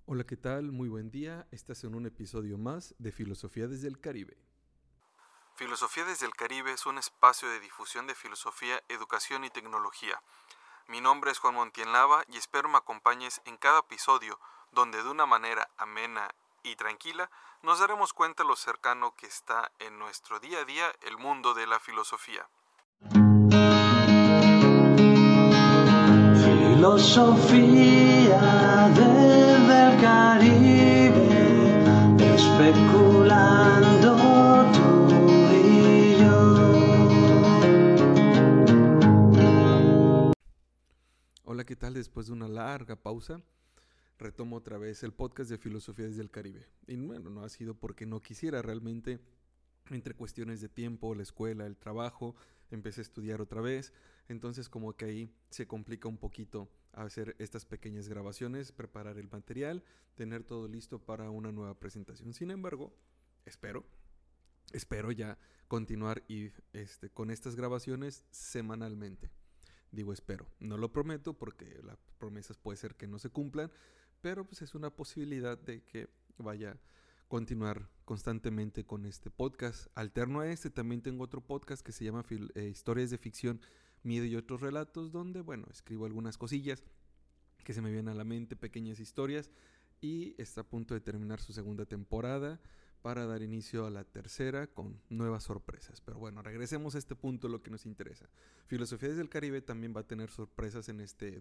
Hola, ¿qué tal? Muy buen día. Estás en un episodio más de Filosofía desde el Caribe. Filosofía desde el Caribe es un espacio de difusión de filosofía, educación y tecnología. Mi nombre es Juan Montienlava y espero me acompañes en cada episodio donde de una manera amena y tranquila nos daremos cuenta lo cercano que está en nuestro día a día el mundo de la filosofía. Filosofía desde el Caribe, especulando tú y yo. Hola, ¿qué tal? Después de una larga pausa, retomo otra vez el podcast de Filosofía desde el Caribe. Y bueno, no ha sido porque no quisiera realmente. Entre cuestiones de tiempo, la escuela, el trabajo, empecé a estudiar otra vez, entonces como que ahí se complica un poquito hacer estas pequeñas grabaciones, preparar el material, tener todo listo para una nueva presentación. Sin embargo, espero ya continuar con estas grabaciones semanalmente. Digo espero, no lo prometo porque las promesas puede ser que no se cumplan, pero pues es una posibilidad de que vaya a continuar constantemente con este podcast. Alterno a este, también tengo otro podcast que se llama Historias de Ficción, Miedo y otros relatos, donde, bueno, escribo algunas cosillas que se me vienen a la mente, pequeñas historias, y está a punto de terminar su segunda temporada para dar inicio a la tercera con nuevas sorpresas. Pero bueno, regresemos a este punto, lo que nos interesa. Filosofía desde el Caribe también va a tener sorpresas en este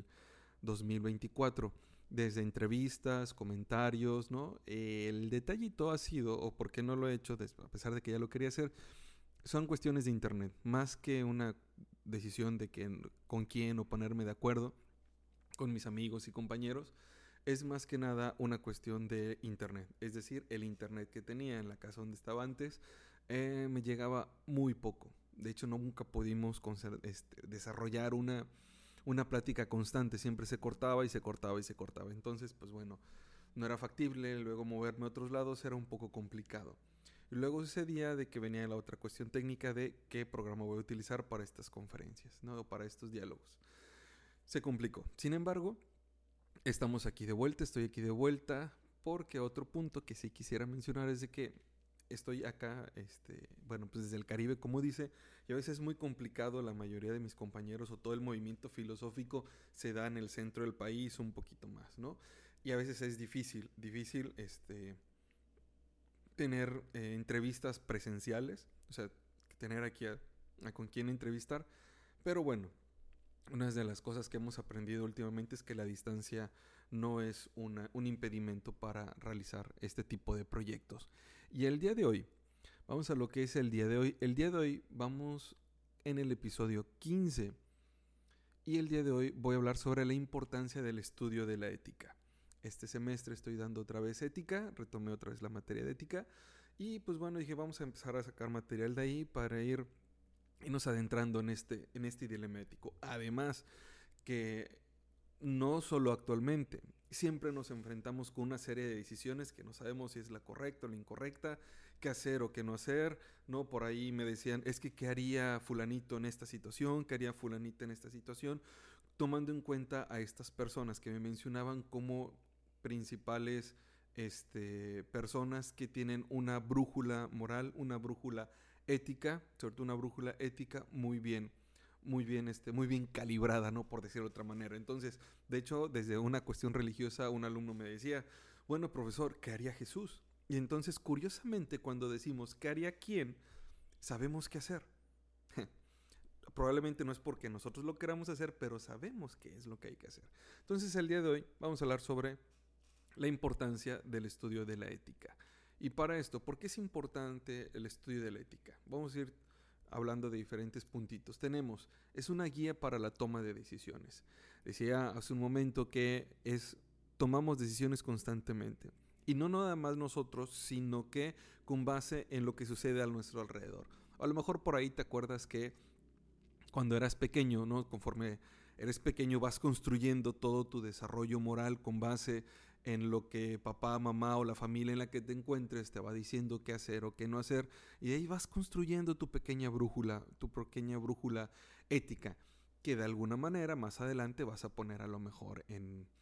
2024. Desde entrevistas, comentarios, ¿no? El detallito ha sido, o por qué no lo he hecho, a pesar de que ya lo quería hacer, son cuestiones de internet. Más que una decisión de con quién o ponerme de acuerdo con mis amigos y compañeros, es más que nada una cuestión de internet. Es decir, el internet que tenía en la casa donde estaba antes me llegaba muy poco. De hecho, nunca pudimos desarrollar una plática constante. Siempre se cortaba y se cortaba y se cortaba. Entonces, pues bueno, no era factible. Luego moverme a otros lados era un poco complicado. Y luego sucedía de que venía la otra cuestión técnica de qué programa voy a utilizar para estas conferencias, ¿no? O para estos diálogos. Se complicó. Sin embargo, estamos aquí de vuelta, estoy aquí de vuelta, porque otro punto que sí quisiera mencionar es de que estoy acá, bueno, pues desde el Caribe, como dice, y a veces es muy complicado, la mayoría de mis compañeros o todo el movimiento filosófico se da en el centro del país un poquito más, ¿no? Y a veces es difícil, tener entrevistas presenciales, o sea, tener aquí a con quién entrevistar, pero bueno, una de las cosas que hemos aprendido últimamente es que la distancia no es un impedimento para realizar este tipo de proyectos. Y el día de hoy, vamos a lo que es el día de hoy. El día de hoy vamos en el episodio 15 y el día de hoy voy a hablar sobre la importancia del estudio de la ética. Este semestre estoy dando otra vez ética, retomé otra vez la materia de ética y pues bueno, dije vamos a empezar a sacar material de ahí para irnos adentrando en este dilema ético. Además, que no solo actualmente, siempre nos enfrentamos con una serie de decisiones que no sabemos si es la correcta o la incorrecta, qué hacer o qué no hacer, ¿no? Por ahí me decían, es que qué haría fulanito en esta situación, qué haría fulanita en esta situación, tomando en cuenta a estas personas que me mencionaban como principales personas que tienen una brújula moral, una brújula ética, sobre todo una brújula ética muy bien calibrada, ¿no? Por decirlo de otra manera. Entonces, de hecho, desde una cuestión religiosa, un alumno me decía, bueno, profesor, ¿qué haría Jesús? Y entonces, curiosamente, cuando decimos, ¿qué haría quién? Sabemos qué hacer. Probablemente no es porque nosotros lo queramos hacer, pero sabemos qué es lo que hay que hacer. Entonces, el día de hoy vamos a hablar sobre la importancia del estudio de la ética. Y para esto, ¿por qué es importante el estudio de la ética? Vamos a ir hablando de diferentes puntitos. Es una guía para la toma de decisiones. Decía hace un momento que tomamos decisiones constantemente. Y no nada más nosotros, sino que con base en lo que sucede a nuestro alrededor. A lo mejor por ahí te acuerdas que cuando eras pequeño, ¿no? Conforme eres pequeño vas construyendo todo tu desarrollo moral con base en lo que papá, mamá o la familia en la que te encuentres te va diciendo qué hacer o qué no hacer, y de ahí vas construyendo tu pequeña brújula ética, que de alguna manera más adelante vas a poner a lo mejor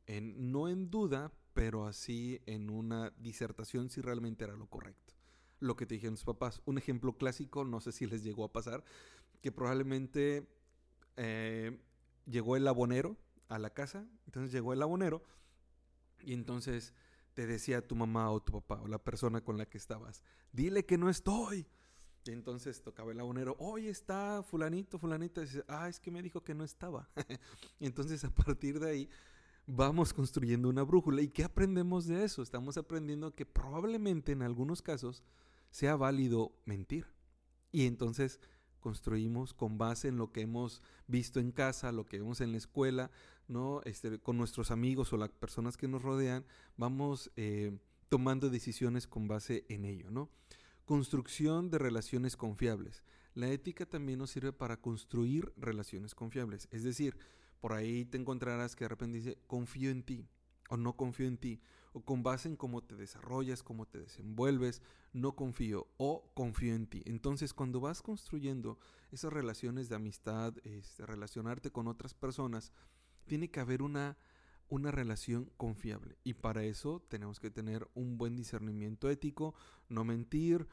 no en duda, pero así en una disertación si realmente era lo correcto. Lo que te dijeron tus papás. Un ejemplo clásico, no sé si les llegó a pasar, que probablemente eh, llegó el abonero a la casa, entonces llegó el abonero y entonces te decía tu mamá o tu papá o la persona con la que estabas, dile que no estoy. Y entonces tocaba el abonero, oye, está fulanito, fulanita, y dice, es que me dijo que no estaba. Y entonces a partir de ahí vamos construyendo una brújula. ¿Y qué aprendemos de eso? Estamos aprendiendo que probablemente en algunos casos sea válido mentir. Y entonces construimos con base en lo que hemos visto en casa, lo que vemos en la escuela, ¿no? Con nuestros amigos o las personas que nos rodean, vamos tomando decisiones con base en ello, ¿no? Construcción de relaciones confiables. La ética también nos sirve para construir relaciones confiables. Es decir, por ahí te encontrarás que de repente dice, confío en ti o no confío en ti, o con base en cómo te desarrollas, cómo te desenvuelves, no confío o confío en ti. Entonces, cuando vas construyendo esas relaciones de amistad, relacionarte con otras personas, tiene que haber una relación confiable. Y para eso tenemos que tener un buen discernimiento ético, no mentir,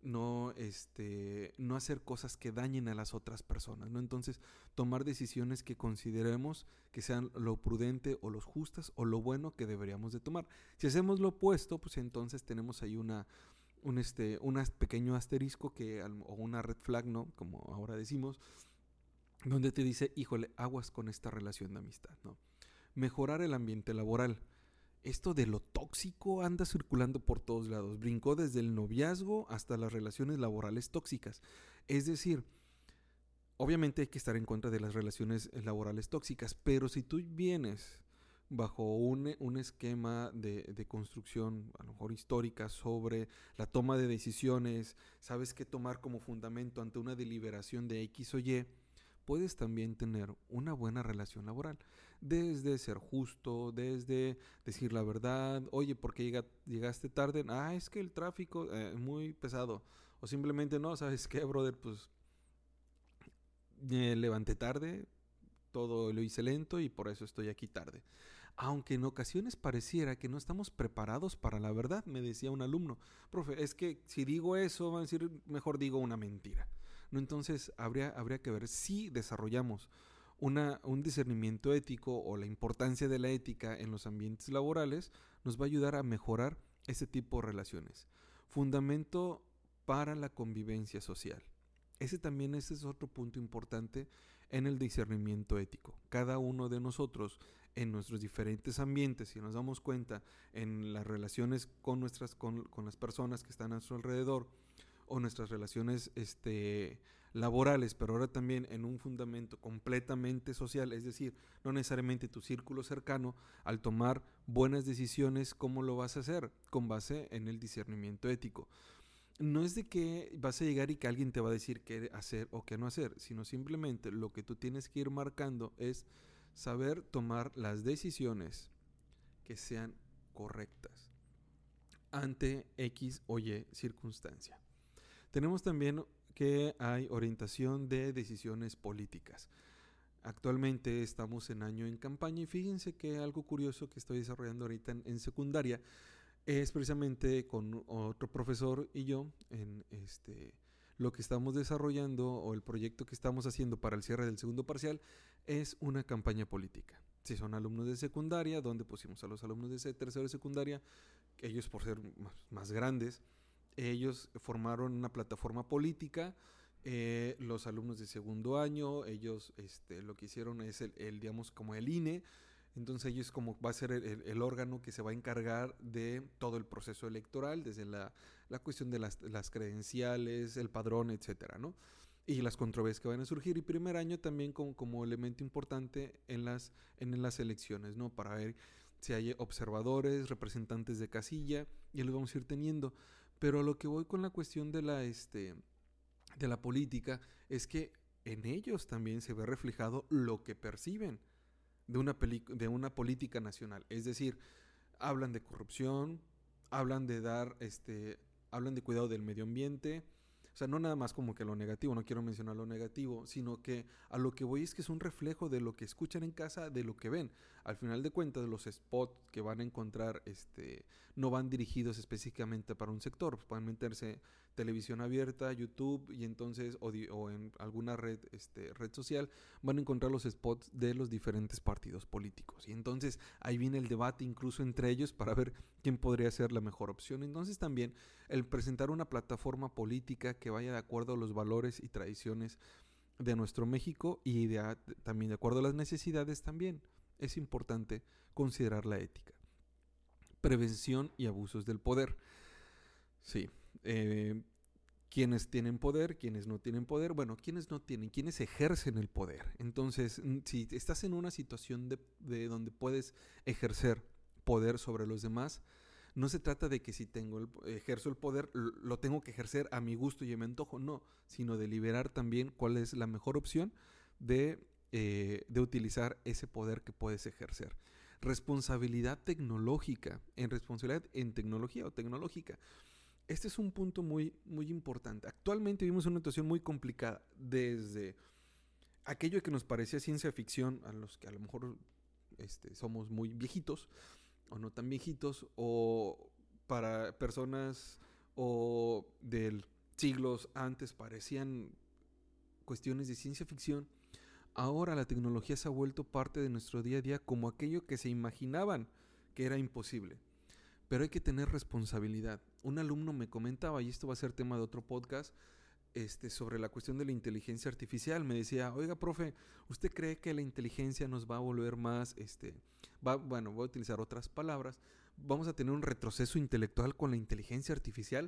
no hacer cosas que dañen a las otras personas, ¿no? Entonces, tomar decisiones que consideremos que sean lo prudente o los justas o lo bueno que deberíamos de tomar. Si hacemos lo opuesto, pues entonces tenemos ahí un pequeño asterisco o una red flag, ¿no? Como ahora decimos, donde te dice, híjole, aguas con esta relación de amistad, ¿no? Mejorar el ambiente laboral. Esto de lo tóxico anda circulando por todos lados. Brincó desde el noviazgo hasta las relaciones laborales tóxicas. Es decir, obviamente hay que estar en contra de las relaciones laborales tóxicas, pero si tú vienes bajo un esquema de construcción, a lo mejor histórica, sobre la toma de decisiones, sabes qué tomar como fundamento ante una deliberación de X o Y, puedes también tener una buena relación laboral. Desde ser justo, desde decir la verdad, oye, ¿por qué llegaste tarde? Es que el tráfico es muy pesado. O simplemente no, ¿sabes qué, brother? Pues levanté tarde, todo lo hice lento y por eso estoy aquí tarde. Aunque en ocasiones pareciera que no estamos preparados para la verdad, me decía un alumno, profe, es que si digo eso, van a decir, mejor digo una mentira. ¿No? Entonces habría que ver si desarrollamos un discernimiento ético o la importancia de la ética en los ambientes laborales, nos va a ayudar a mejorar ese tipo de relaciones. Fundamento para la convivencia social. Ese es otro punto importante en el discernimiento ético. Cada uno de nosotros en nuestros diferentes ambientes, si nos damos cuenta en las relaciones con las personas que están a nuestro alrededor o nuestras relaciones laborales, pero ahora también en un fundamento completamente social, es decir, no necesariamente tu círculo cercano, al tomar buenas decisiones, ¿cómo lo vas a hacer? Con base en el discernimiento ético. No es de que vas a llegar y que alguien te va a decir qué hacer o qué no hacer, sino simplemente lo que tú tienes que ir marcando es saber tomar las decisiones que sean correctas ante X o Y circunstancia. Tenemos también que hay orientación de decisiones políticas. Actualmente estamos en año en campaña y fíjense que algo curioso que estoy desarrollando ahorita en secundaria es precisamente con otro profesor y yo en lo que estamos desarrollando o el proyecto que estamos haciendo para el cierre del segundo parcial es una campaña política. Si son alumnos de secundaria, donde pusimos a los alumnos de tercero de secundaria, ellos por ser más grandes, ellos formaron una plataforma política. Los alumnos de segundo año, ellos lo que hicieron es digamos, como el INE. Entonces ellos como va a ser el órgano que se va a encargar de todo el proceso electoral, desde la cuestión de las credenciales, el padrón, etcétera, ¿no? Y las controversias que van a surgir. Y primer año también como elemento importante en las elecciones, ¿no? Para ver si hay observadores, representantes de casilla, y los vamos a ir teniendo. Pero a lo que voy con la cuestión de la política es que en ellos también se ve reflejado lo que perciben de una política nacional. Es decir, hablan de corrupción, hablan de cuidado del medio ambiente, O sea, no nada más como que lo negativo, no quiero mencionar lo negativo, sino que a lo que voy es que es un reflejo de lo que escuchan en casa, de lo que ven. Al final de cuentas, los spots que van a encontrar no van dirigidos específicamente para un sector. Pueden meterse televisión abierta, YouTube, y entonces, o en alguna red social, van a encontrar los spots de los diferentes partidos políticos. Y entonces ahí viene el debate incluso entre ellos para ver quién podría ser la mejor opción. Entonces también el presentar una plataforma política que vaya de acuerdo a los valores y tradiciones de nuestro México y también de acuerdo a las necesidades también. Es importante considerar la ética. Prevención y abusos del poder. Sí. Quienes tienen poder, quienes no tienen poder. Bueno, quienes no tienen, quienes ejercen el poder. Entonces, si estás en una situación de donde puedes ejercer poder sobre los demás, no se trata de que si ejerzo el poder, lo tengo que ejercer a mi gusto y a mi antojo, no, sino de liberar también cuál es la mejor opción de utilizar ese poder que puedes ejercer. Responsabilidad tecnológica, responsabilidad en tecnología o tecnológica. Este es un punto muy, muy importante. Actualmente vivimos una situación muy complicada, desde aquello que nos parecía ciencia ficción, a los que a lo mejor somos muy viejitos, o no tan viejitos, o para personas o de siglos antes parecían cuestiones de ciencia ficción. Ahora la tecnología se ha vuelto parte de nuestro día a día como aquello que se imaginaban que era imposible. Pero hay que tener responsabilidad. Un alumno me comentaba, y esto va a ser tema de otro podcast, sobre la cuestión de la inteligencia artificial. Me decía, oiga, profe, ¿usted cree que la inteligencia nos va a volver más, voy a utilizar otras palabras, vamos a tener un retroceso intelectual con la inteligencia artificial?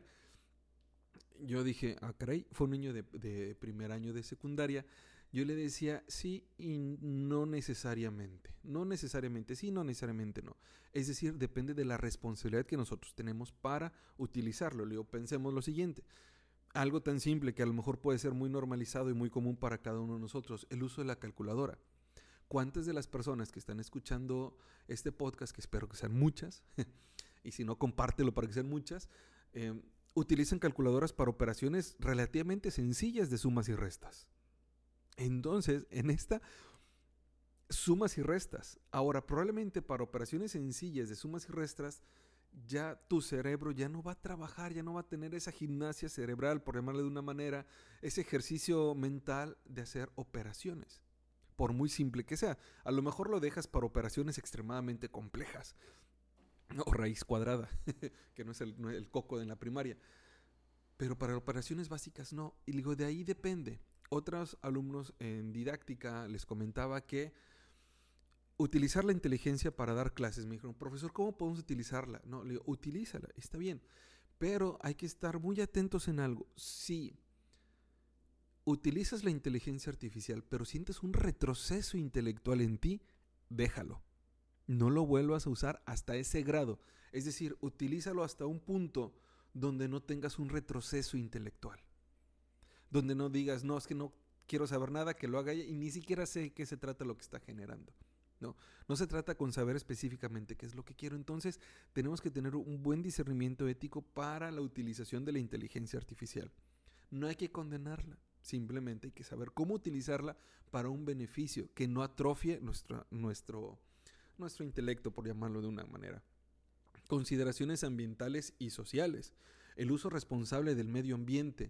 Yo dije, caray, fue un niño de primer año de secundaria. Yo le decía, sí y no necesariamente. No necesariamente sí, no necesariamente no. Es decir, depende de la responsabilidad que nosotros tenemos para utilizarlo. Le digo, pensemos lo siguiente. Algo tan simple que a lo mejor puede ser muy normalizado y muy común para cada uno de nosotros, el uso de la calculadora. ¿Cuántas de las personas que están escuchando este podcast, que espero que sean muchas, y si no, compártelo para que sean muchas, utilizan calculadoras para operaciones relativamente sencillas de sumas y restas? Entonces, en esta, sumas y restas. Ahora, probablemente para operaciones sencillas de sumas y restas, ya tu cerebro ya no va a trabajar, ya no va a tener esa gimnasia cerebral, por llamarle de una manera, ese ejercicio mental de hacer operaciones, por muy simple que sea. A lo mejor lo dejas para operaciones extremadamente complejas, o raíz cuadrada, que no es el coco de la primaria, pero para operaciones básicas no. Y digo, de ahí depende. Otros alumnos en didáctica les comentaba que utilizar la inteligencia para dar clases. Me dijeron, profesor, ¿cómo podemos utilizarla? No, le digo, utilízala, está bien. Pero hay que estar muy atentos en algo. Si utilizas la inteligencia artificial, pero sientes un retroceso intelectual en ti, déjalo. No lo vuelvas a usar hasta ese grado. Es decir, utilízalo hasta un punto donde no tengas un retroceso intelectual. Donde no digas, no, es que no quiero saber nada, que lo haga ella y ni siquiera sé qué se trata lo que está generando. No se trata con saber específicamente qué es lo que quiero. Entonces tenemos que tener un buen discernimiento ético para la utilización de la inteligencia artificial. No hay que condenarla, simplemente hay que saber cómo utilizarla para un beneficio que no atrofie nuestro intelecto, por llamarlo de una manera. Consideraciones ambientales y sociales. El uso responsable del medio ambiente.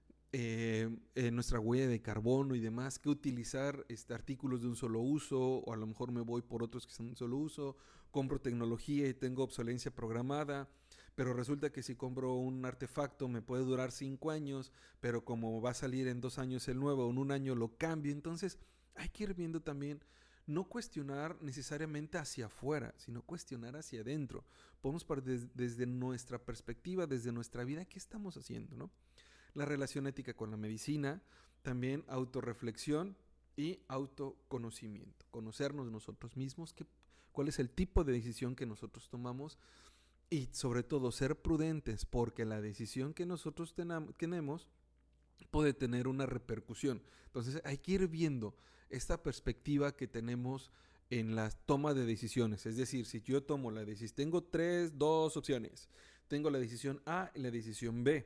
Nuestra huella de carbono y demás, que utilizar artículos de un solo uso, o a lo mejor me voy por otros que son de un solo uso, compro tecnología y tengo obsolencia programada, pero resulta que si compro un artefacto me puede durar 5 años, pero como va a salir en 2 años el nuevo, en un año lo cambio. Entonces hay que ir viendo también, no cuestionar necesariamente hacia afuera, sino cuestionar hacia adentro. Podemos desde nuestra perspectiva, desde nuestra vida, ¿qué estamos haciendo, no? La relación ética con la medicina, también autorreflexión y autoconocimiento. Conocernos nosotros mismos, cuál es el tipo de decisión que nosotros tomamos y sobre todo ser prudentes, porque la decisión que nosotros tenemos puede tener una repercusión. Entonces hay que ir viendo esta perspectiva que tenemos en la toma de decisiones. Es decir, si yo tomo la decisión, tengo 2 opciones. Tengo la decisión A y la decisión B.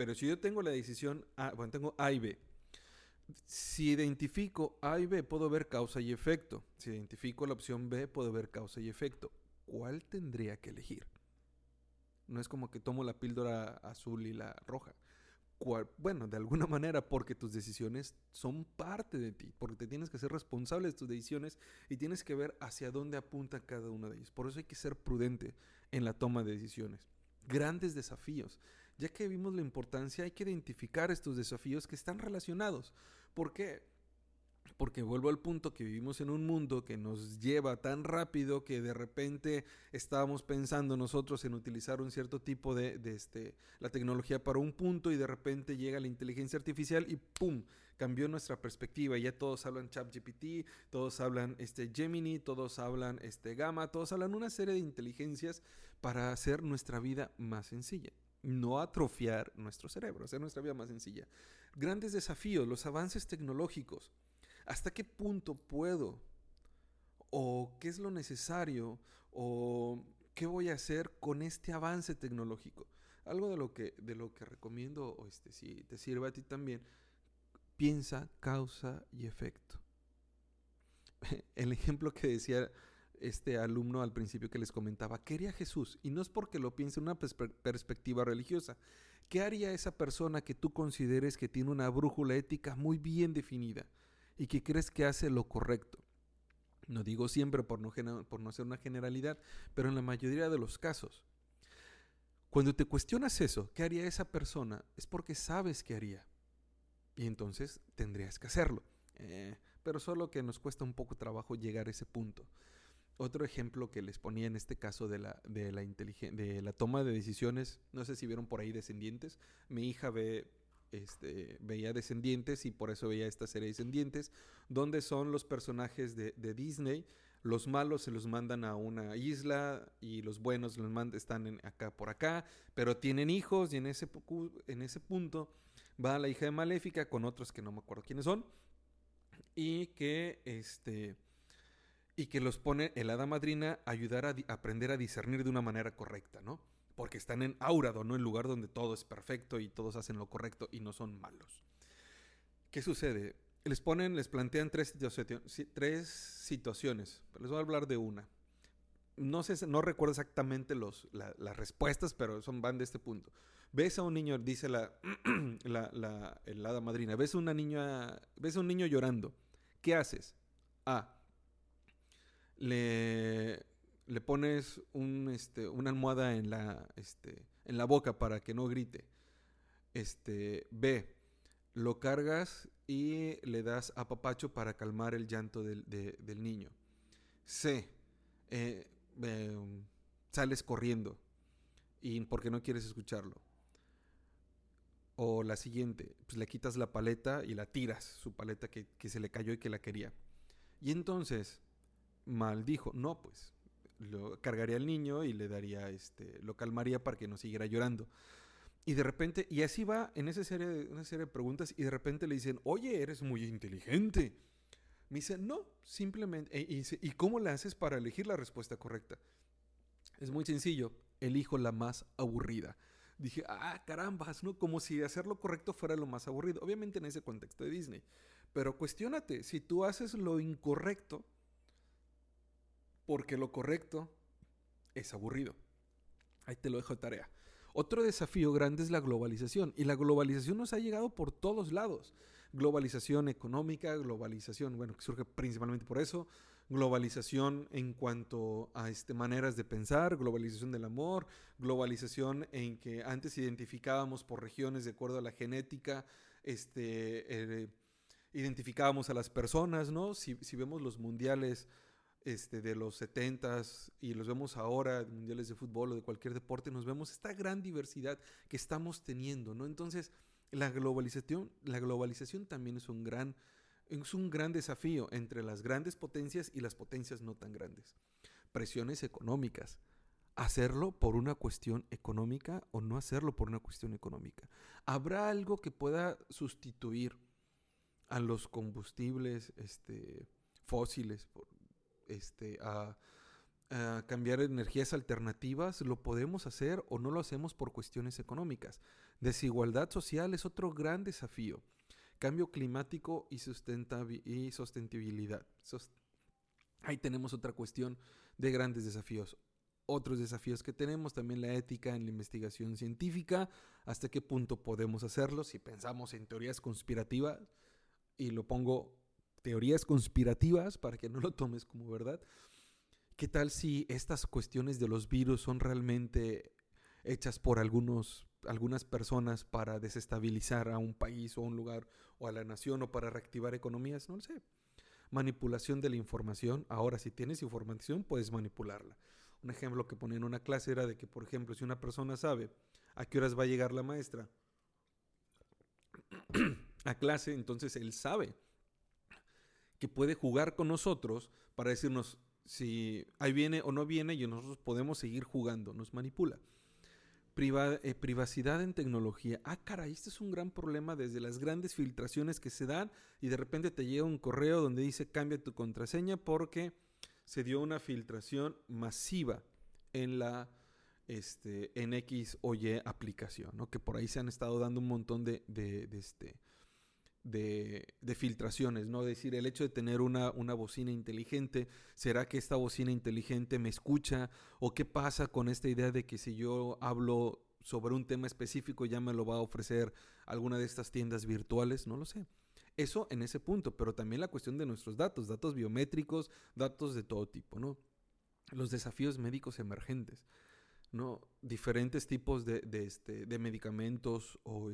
Pero si yo tengo la decisión A, bueno, tengo A y B. Si identifico A y B, puedo ver causa y efecto. Si identifico la opción B, puedo ver causa y efecto. ¿Cuál tendría que elegir? No es como que tomo la píldora azul y la roja. Bueno, de alguna manera, porque tus decisiones son parte de ti, porque te tienes que ser responsable de tus decisiones y tienes que ver hacia dónde apunta cada una de ellas. Por eso hay que ser prudente en la toma de decisiones. Grandes desafíos. Ya que vimos la importancia, hay que identificar estos desafíos que están relacionados. ¿Por qué? Porque vuelvo al punto que vivimos en un mundo que nos lleva tan rápido que de repente estábamos pensando nosotros en utilizar un cierto tipo de la tecnología para un punto y de repente llega la inteligencia artificial y ¡pum! Cambió nuestra perspectiva. Ya todos hablan ChatGPT, todos hablan Gemini, todos hablan Gamma, todos hablan una serie de inteligencias para hacer nuestra vida más sencilla. No atrofiar nuestro cerebro, hacer nuestra vida más sencilla. Grandes desafíos, los avances tecnológicos. ¿Hasta qué punto puedo? ¿O qué es lo necesario? ¿O qué voy a hacer con este avance tecnológico? Algo de lo que recomiendo, o si te sirve a ti también, piensa causa y efecto. El ejemplo que decía este alumno al principio que les comentaba, ¿qué haría Jesús? Y no es porque lo piense en una perspectiva religiosa. ¿Qué haría esa persona que tú consideres que tiene una brújula ética muy bien definida y que crees que hace lo correcto? No digo siempre por no ser una generalidad, pero en la mayoría de los casos. Cuando te cuestionas eso, ¿qué haría esa persona? Es porque sabes qué haría. Y entonces tendrías que hacerlo. Pero solo que nos cuesta un poco trabajo llegar a ese punto. Otro ejemplo que les ponía en este caso de la toma de decisiones, no sé si vieron por ahí Descendientes. Mi hija veía Descendientes y por eso veía esta serie Descendientes, donde son los personajes de Disney. Los malos se los mandan a una isla y los buenos están acá por acá, pero tienen hijos y en ese punto va la hija de Maléfica con otros que no me acuerdo quiénes son y que los pone el hada madrina a ayudar a aprender a discernir de una manera correcta, ¿no? Porque están en Aurado, ¿no? El lugar donde todo es perfecto y todos hacen lo correcto y no son malos. ¿Qué sucede? Les plantean tres situaciones. Les voy a hablar de una. No recuerdo exactamente las respuestas, pero van de este punto. Ves a un niño, dice el hada madrina, ves a un niño llorando. ¿Qué haces? A. Le pones una almohada en la boca para que no grite. B. Lo cargas y le das apapacho para calmar el llanto del niño. C. Sales corriendo y porque no quieres escucharlo. O la siguiente, pues le quitas la paleta y la tiras, su paleta que se le cayó y que la quería. Y entonces maldijo, no, pues lo cargaría al niño y le daría lo calmaría para que no siguiera llorando. Y de repente, y así va en una serie de preguntas, y de repente le dicen, oye, eres muy inteligente. Me dice, no, simplemente, ¿y cómo le haces para elegir la respuesta correcta? Es muy sencillo, elijo la más aburrida. Dije, carambas, ¿no? Como si hacer lo correcto fuera lo más aburrido. Obviamente en ese contexto de Disney. Pero cuestiónate, si tú haces lo incorrecto, porque lo correcto es aburrido. Ahí te lo dejo de tarea. Otro desafío grande es la globalización. Y la globalización nos ha llegado por todos lados. Globalización económica, globalización, bueno, que surge principalmente por eso. Globalización en cuanto a maneras de pensar, globalización del amor, globalización en que antes identificábamos por regiones de acuerdo a la genética, identificábamos a las personas, ¿no? Si vemos los mundiales de los 70s y los vemos ahora, mundiales de fútbol o de cualquier deporte, nos vemos esta gran diversidad que estamos teniendo, ¿no? Entonces, la globalización también es un gran desafío entre las grandes potencias y las potencias no tan grandes. Presiones económicas. ¿Hacerlo por una cuestión económica o no hacerlo por una cuestión económica? ¿Habrá algo que pueda sustituir a los combustibles fósiles, cambiar energías alternativas, lo podemos hacer o no lo hacemos por cuestiones económicas. Desigualdad social es otro gran desafío. Cambio climático y sostenibilidad. Ahí tenemos otra cuestión de grandes desafíos. Otros desafíos que tenemos, también la ética en la investigación científica, hasta qué punto podemos hacerlo, si pensamos en teorías conspirativas, y lo pongo teorías conspirativas para que no lo tomes como verdad. ¿Qué tal si estas cuestiones de los virus son realmente hechas por algunas personas para desestabilizar a un país o a un lugar o a la nación o para reactivar economías? No lo sé. Manipulación de la información. Ahora, si tienes información, puedes manipularla. Un ejemplo que ponía en una clase era de que, por ejemplo, si una persona sabe a qué horas va a llegar la maestra a clase, entonces él sabe que puede jugar con nosotros para decirnos si ahí viene o no viene y nosotros podemos seguir jugando. Nos manipula. Privacidad en tecnología. Ah, caray, este es un gran problema desde las grandes filtraciones que se dan y de repente te llega un correo donde dice cambia tu contraseña porque se dio una filtración masiva en la en X o Y aplicación, ¿no? Que por ahí se han estado dando un montón de filtraciones, ¿no? Es decir, el hecho de tener una bocina inteligente, ¿será que esta bocina inteligente me escucha? ¿O qué pasa con esta idea de que si yo hablo sobre un tema específico ya me lo va a ofrecer alguna de estas tiendas virtuales? No lo sé. Eso en ese punto, pero también la cuestión de nuestros datos biométricos, datos de todo tipo, ¿no? Los desafíos médicos emergentes, ¿no? Diferentes tipos de medicamentos o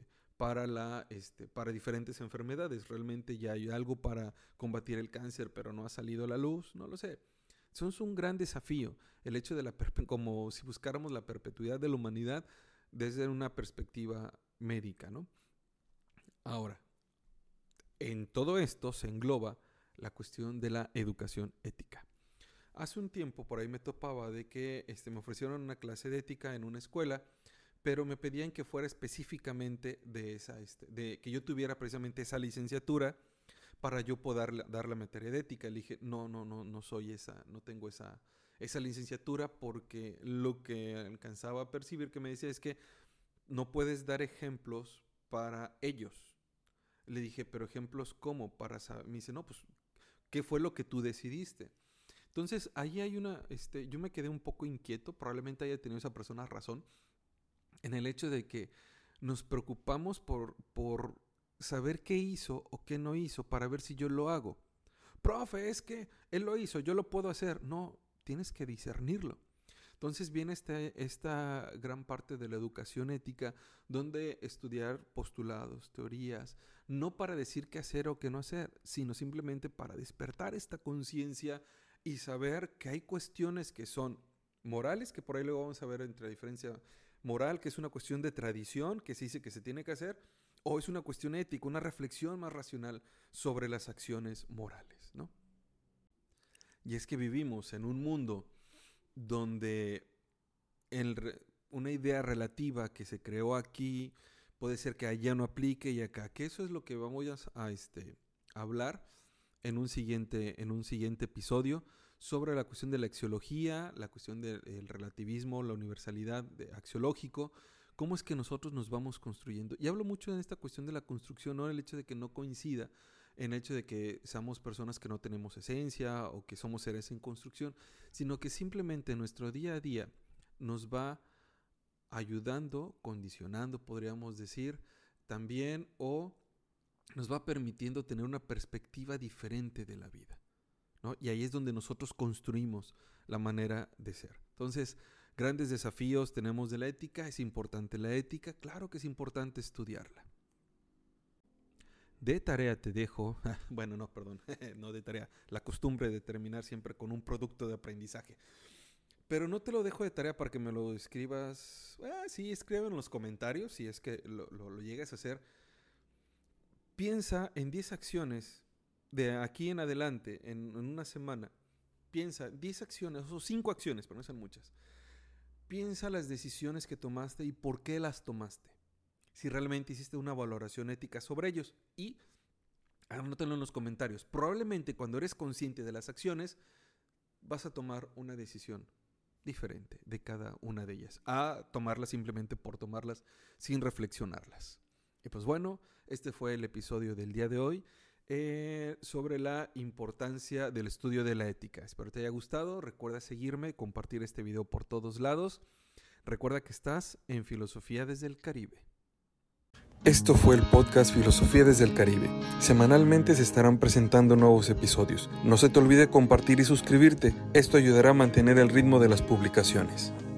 para diferentes enfermedades. Realmente ya hay algo para combatir el cáncer, pero no ha salido a la luz, no lo sé. Eso es un gran desafío, el hecho de como si buscáramos la perpetuidad de la humanidad desde una perspectiva médica, ¿no? Ahora, en todo esto se engloba la cuestión de la educación ética. Hace un tiempo por ahí me topaba de que me ofrecieron una clase de ética en una escuela, pero me pedían que fuera específicamente de que yo tuviera precisamente esa licenciatura para yo poder dar la materia de ética. Le dije, no soy no tengo esa licenciatura, porque lo que alcanzaba a percibir que me decía es que no puedes dar ejemplos para ellos. Le dije, pero ejemplos ¿cómo? Para saber. Me dice, no, pues, ¿qué fue lo que tú decidiste? Entonces, ahí hay yo me quedé un poco inquieto, probablemente haya tenido esa persona razón, en el hecho de que nos preocupamos por saber qué hizo o qué no hizo para ver si yo lo hago. Profe, es que él lo hizo, yo lo puedo hacer. No, tienes que discernirlo. Entonces viene esta gran parte de la educación ética, donde estudiar postulados, teorías, no para decir qué hacer o qué no hacer, sino simplemente para despertar esta conciencia y saber que hay cuestiones que son morales, que por ahí luego vamos a ver entre la diferencia moral, que es una cuestión de tradición, que se dice que se tiene que hacer, o es una cuestión ética, una reflexión más racional sobre las acciones morales, ¿no? Y es que vivimos en un mundo donde una idea relativa que se creó aquí puede ser que allá no aplique y acá, que eso es lo que vamos a hablar en un siguiente episodio sobre la cuestión de la axiología, la cuestión del relativismo, la universalidad axiológico, cómo es que nosotros nos vamos construyendo. Y hablo mucho en esta cuestión de la construcción, no el hecho de que no coincida, en el hecho de que seamos personas que no tenemos esencia o que somos seres en construcción, sino que simplemente nuestro día a día nos va ayudando, condicionando, podríamos decir, también, o nos va permitiendo tener una perspectiva diferente de la vida, ¿no? Y ahí es donde nosotros construimos la manera de ser. Entonces, grandes desafíos tenemos de la ética. ¿Es importante la ética? Claro que es importante estudiarla. De tarea te dejo, bueno, no, perdón, no de tarea, la costumbre de terminar siempre con un producto de aprendizaje. Pero no te lo dejo de tarea para que me lo escribas. Sí, escribe en los comentarios si es que lo llegas a hacer. Piensa en 10 acciones de aquí en adelante, en una semana. Piensa 10 acciones, o 5 acciones, pero no sean muchas. Piensa las decisiones que tomaste y por qué las tomaste. Si realmente hiciste una valoración ética sobre ellos. Y anótalo en los comentarios. Probablemente cuando eres consciente de las acciones, vas a tomar una decisión diferente de cada una de ellas, a tomarlas simplemente por tomarlas sin reflexionarlas. Y pues bueno, este fue el episodio del día de hoy sobre la importancia del estudio de la ética. Espero te haya gustado. Recuerda seguirme, compartir este video por todos lados. Recuerda que estás en Filosofía desde el Caribe. Esto fue el podcast Filosofía desde el Caribe. Semanalmente se estarán presentando nuevos episodios. No se te olvide compartir y suscribirte. Esto ayudará a mantener el ritmo de las publicaciones.